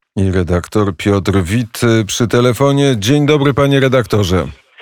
I redaktor Piotr Wit przy telefonie. Dzień dobry, panie redaktorze.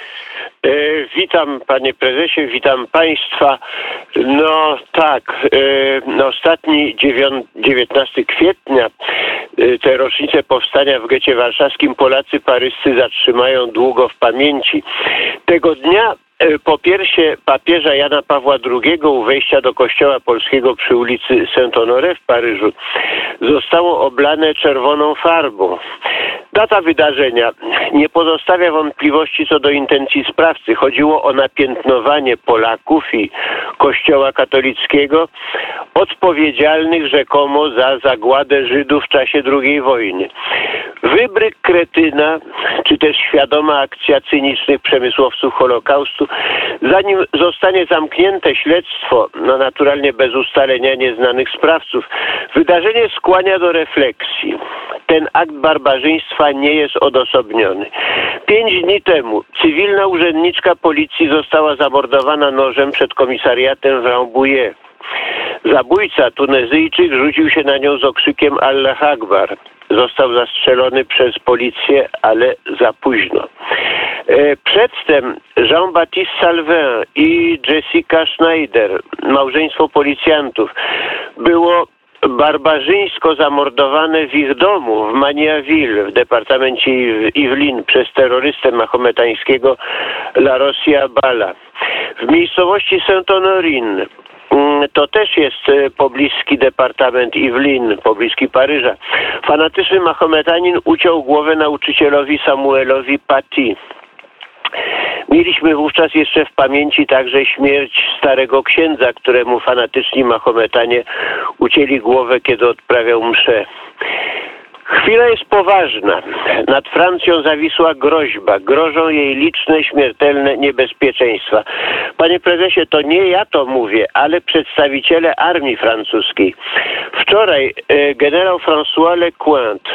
Witam, panie prezesie, witam państwa. No tak, ostatni 19 kwietnia, te rocznice powstania w getcie warszawskim, Polacy paryscy zatrzymają długo w pamięci. Tego dnia popiersie papieża Jana Pawła II u wejścia do kościoła polskiego przy ulicy Saint-Honoré w Paryżu zostało oblane czerwoną farbą. Data wydarzenia nie pozostawia wątpliwości co do intencji sprawcy. Chodziło o napiętnowanie Polaków i Kościoła katolickiego odpowiedzialnych rzekomo za zagładę Żydów w czasie II wojny. Wybryk kretyna, czy też świadoma akcja cynicznych przemysłowców Holokaustu, zanim zostanie zamknięte śledztwo, naturalnie bez ustalenia nieznanych sprawców, wydarzenie skłania do refleksji. Ten akt barbarzyństwa nie jest odosobniony. 5 dni temu cywilna urzędniczka policji została zamordowana nożem przed komisariatem w Rambouillet. Zabójca, Tunezyjczyk, rzucił się na nią z okrzykiem Allah Akbar. Został zastrzelony przez policję, ale za późno. Przedtem Jean-Baptiste Salvin i Jessica Schneider, małżeństwo policjantów, było barbarzyńsko zamordowane w ich domu w Maniaville w departamencie Yvelines przez terrorystę mahometańskiego La Rosia Bala. W miejscowości Saint-Honorine, to też jest pobliski departament Yvelines, pobliski Paryża, fanatyczny mahometanin uciął głowę nauczycielowi Samuelowi Paty. Mieliśmy wówczas jeszcze w pamięci także śmierć starego księdza, któremu fanatyczni mahometanie ucięli głowę, kiedy odprawiał mszę. Chwila jest poważna. Nad Francją zawisła groźba. Grożą jej liczne, śmiertelne niebezpieczeństwa. Panie prezesie, to nie ja to mówię, ale przedstawiciele armii francuskiej. Wczoraj generał François Lecointre,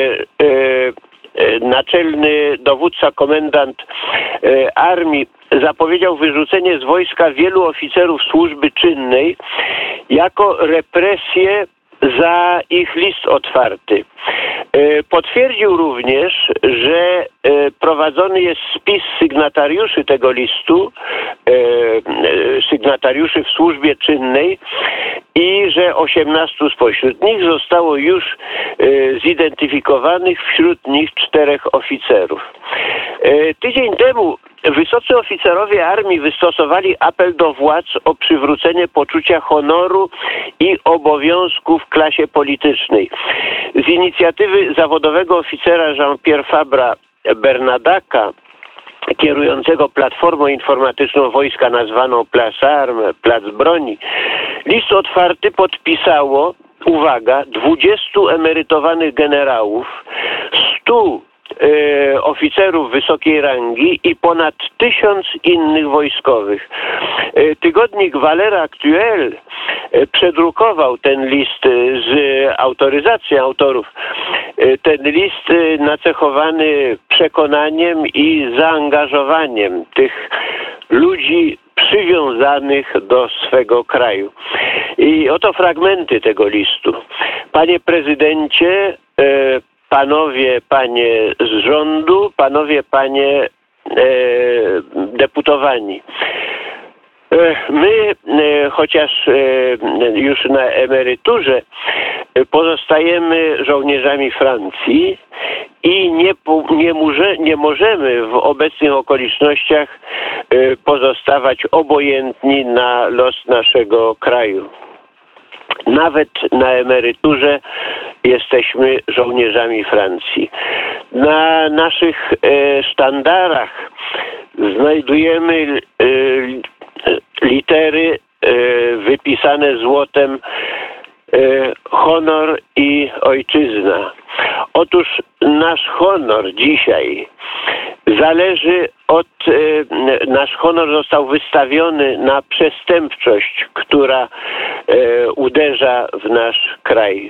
naczelny dowódca, komendant armii, zapowiedział wyrzucenie z wojska wielu oficerów służby czynnej jako represję za ich list otwarty. Potwierdził również, że prowadzony jest spis sygnatariuszy tego listu, sygnatariuszy w służbie czynnej i że 18 spośród nich zostało już zidentyfikowanych, wśród nich 4 oficerów. Tydzień temu wysocy oficerowie armii wystosowali apel do władz o przywrócenie poczucia honoru i obowiązku w klasie politycznej. Z inicjatywy zawodowego oficera Jean-Pierre Fabra Bernadaca, kierującego platformą informatyczną wojska nazwaną Place Armes, Plac Broni, list otwarty podpisało, uwaga, 20 emerytowanych generałów, 100 oficerów wysokiej rangi i ponad 1000 innych wojskowych. Tygodnik Valeurs Actuelles przedrukował ten list z autoryzacją autorów. Ten list nacechowany przekonaniem i zaangażowaniem tych ludzi przywiązanych do swego kraju. I oto fragmenty tego listu. Panie prezydencie, panowie, panie z rządu, panowie, panie deputowani. My, chociaż już na emeryturze, pozostajemy żołnierzami Francji i nie możemy w obecnych okolicznościach pozostawać obojętni na los naszego kraju. Nawet na emeryturze jesteśmy żołnierzami Francji. Na naszych sztandarach znajdujemy litery wypisane złotem: honor i ojczyzna. Otóż nasz honor dzisiaj zależy od... Nasz honor został wystawiony na przestępczość, która uderza w nasz kraj.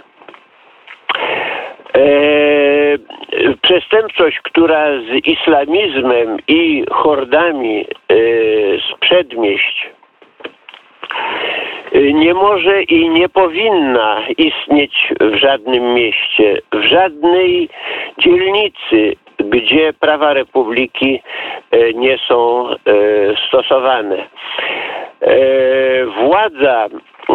Przestępczość, która z islamizmem i hordami z przedmieść nie może i nie powinna istnieć w żadnym mieście, w żadnej dzielnicy, gdzie prawa republiki nie są stosowane. Władza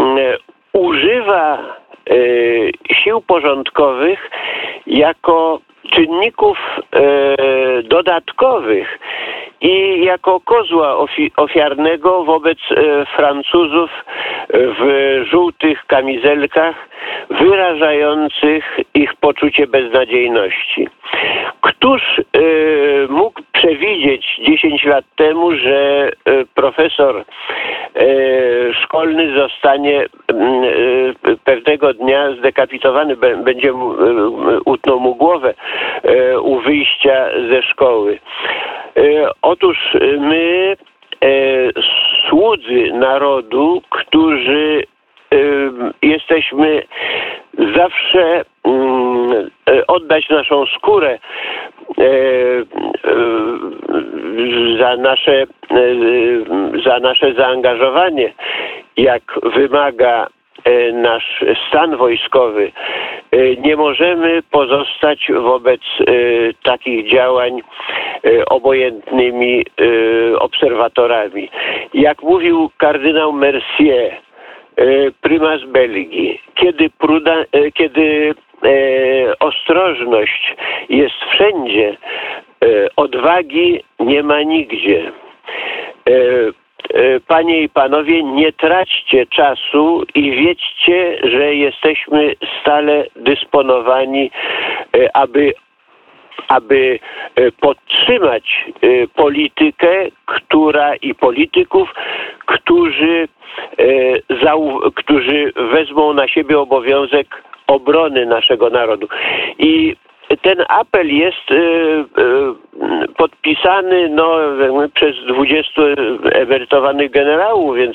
używa sił porządkowych jako czynników dodatkowych i jako kozła ofiarnego wobec Francuzów w żółtych kamizelkach wyrażających ich poczucie beznadziejności. Któż mógł przewidzieć 10 lat temu, że profesor szkolny zostanie pewnego dnia zdekapitowany, będzie utnął mu głowę u wyjścia ze szkoły. Otóż my, słudzy narodu, którzy jesteśmy zawsze oddać naszą skórę za nasze zaangażowanie, jak wymaga nasz stan wojskowy, nie możemy pozostać wobec takich działań obojętnymi obserwatorami. Jak mówił kardynał Mercier, prymas Belgii, kiedy ostrożność jest wszędzie, odwagi nie ma nigdzie. Panie i panowie, nie traćcie czasu i wiedźcie, że jesteśmy stale dysponowani, aby podtrzymać politykę, i polityków, którzy wezmą na siebie obowiązek obrony naszego narodu. I ten apel jest podpisany przez 20 emerytowanych generałów, więc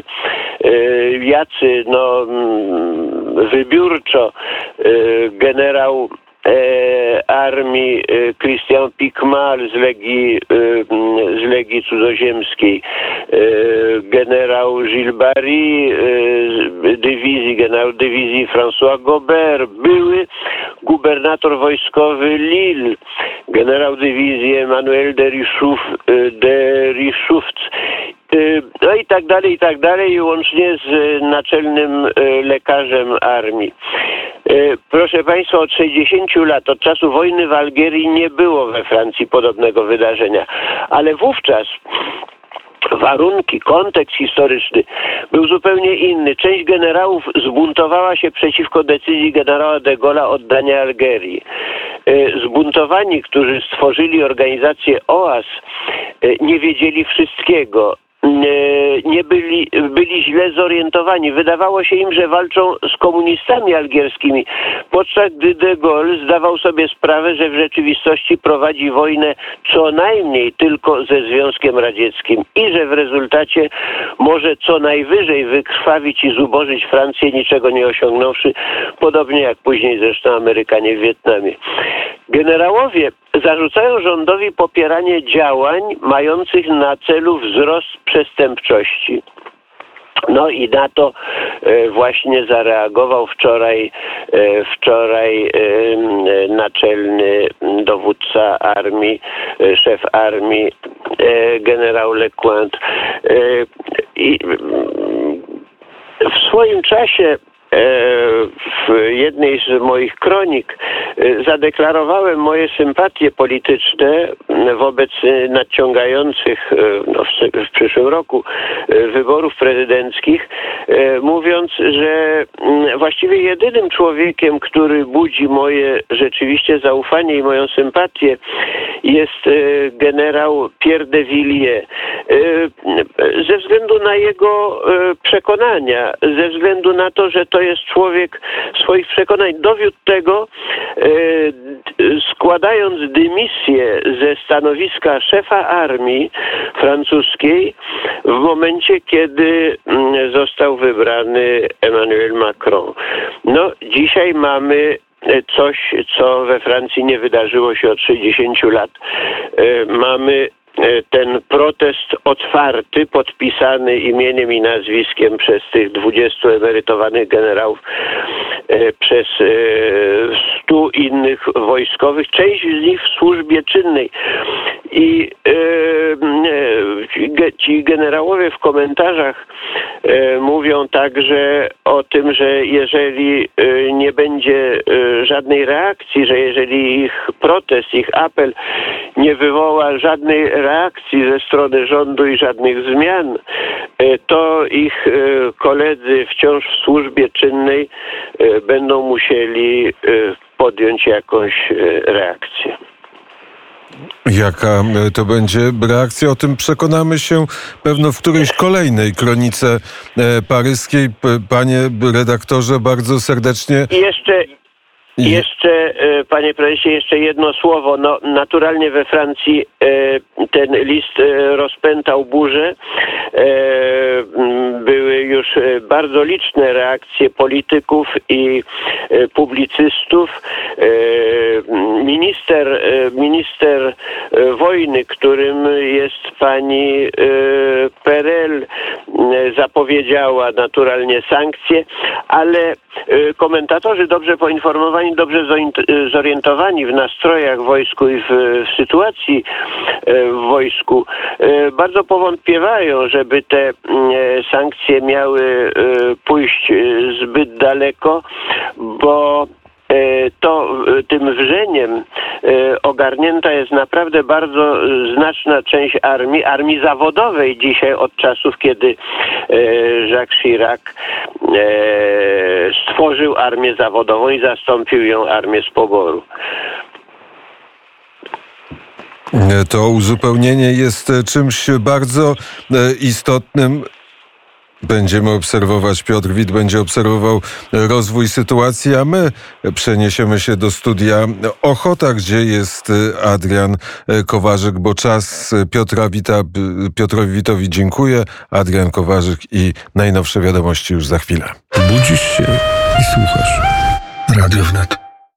jacy wybiórczo generał armii Christian Picmal z Legii Cudzoziemskiej, generał Gilles Barry generał dywizji François Gobert, były gubernator wojskowy Lille, generał dywizji Emmanuel de Richouft, no i tak dalej, łącznie z naczelnym lekarzem armii. Proszę Państwa, od 60 lat, od czasu wojny w Algierii nie było we Francji podobnego wydarzenia, ale wówczas warunki, kontekst historyczny był zupełnie inny. Część generałów zbuntowała się przeciwko decyzji generała de Gaulle'a o oddania Algierii. Zbuntowani, którzy stworzyli organizację OAS, nie wiedzieli wszystkiego. Byli źle zorientowani. Wydawało się im, że walczą z komunistami algierskimi, podczas gdy de Gaulle zdawał sobie sprawę, że w rzeczywistości prowadzi wojnę co najmniej tylko ze Związkiem Radzieckim i że w rezultacie może co najwyżej wykrwawić i zubożyć Francję, niczego nie osiągnąwszy, podobnie jak później zresztą Amerykanie w Wietnamie. Generałowie zarzucają rządowi popieranie działań mających na celu wzrost przestępczości. No i na to właśnie zareagował wczoraj naczelny dowódca armii, szef armii, generał Lecointe. I w swoim czasie w jednej z moich kronik zadeklarowałem moje sympatie polityczne wobec nadciągających w przyszłym roku wyborów prezydenckich, mówiąc, że właściwie jedynym człowiekiem, który budzi moje rzeczywiście zaufanie i moją sympatię, jest generał Pierre de Villiers. Ze względu na jego przekonania, ze względu na to, że to jest człowiek swoich przekonań, dowiódł tego, składając dymisję ze stanowiska szefa armii francuskiej w momencie, kiedy został wybrany Emmanuel Macron. No, dzisiaj mamy coś, co we Francji nie wydarzyło się od 60 lat. Mamy ten protest otwarty, podpisany imieniem i nazwiskiem przez tych 20 emerytowanych generałów, przez 100 innych wojskowych, część z nich w służbie czynnej. I ci generałowie w komentarzach mówią także o tym, że jeżeli nie będzie żadnej reakcji, że jeżeli ich protest, ich apel nie wywoła żadnej reakcji ze strony rządu i żadnych zmian, to ich koledzy wciąż w służbie czynnej będą musieli podjąć jakąś reakcję. Jaka to będzie reakcja? O tym przekonamy się pewno w którejś kolejnej kronice paryskiej. Panie redaktorze, bardzo serdecznie. Jeszcze, panie prezesie, jeszcze jedno słowo. No, naturalnie we Francji ten list rozpętał burzę. Były już bardzo liczne reakcje polityków i publicystów. Minister wojny, którym jest pani Perel, zapowiedziała naturalnie sankcje, ale komentatorzy dobrze poinformowani, dobrze zorientowani w nastrojach w wojsku i w sytuacji w wojsku bardzo powątpiewają, żeby te sankcje miały pójść zbyt daleko, bo tym wrzeniem ogarnięta jest naprawdę bardzo znaczna część armii zawodowej dzisiaj od czasów, kiedy Jacques Chirac stworzył armię zawodową i zastąpił ją armię z poboru. To uzupełnienie jest czymś bardzo istotnym. Będziemy obserwować, Piotr Wit będzie obserwował rozwój sytuacji, a my przeniesiemy się do studia Ochota, gdzie jest Adrian Kowarzyk, bo czas Piotrowi Witowi dziękuję. Adrian Kowarzyk i najnowsze wiadomości już za chwilę. Budzisz się i słuchasz. Radio Wnet.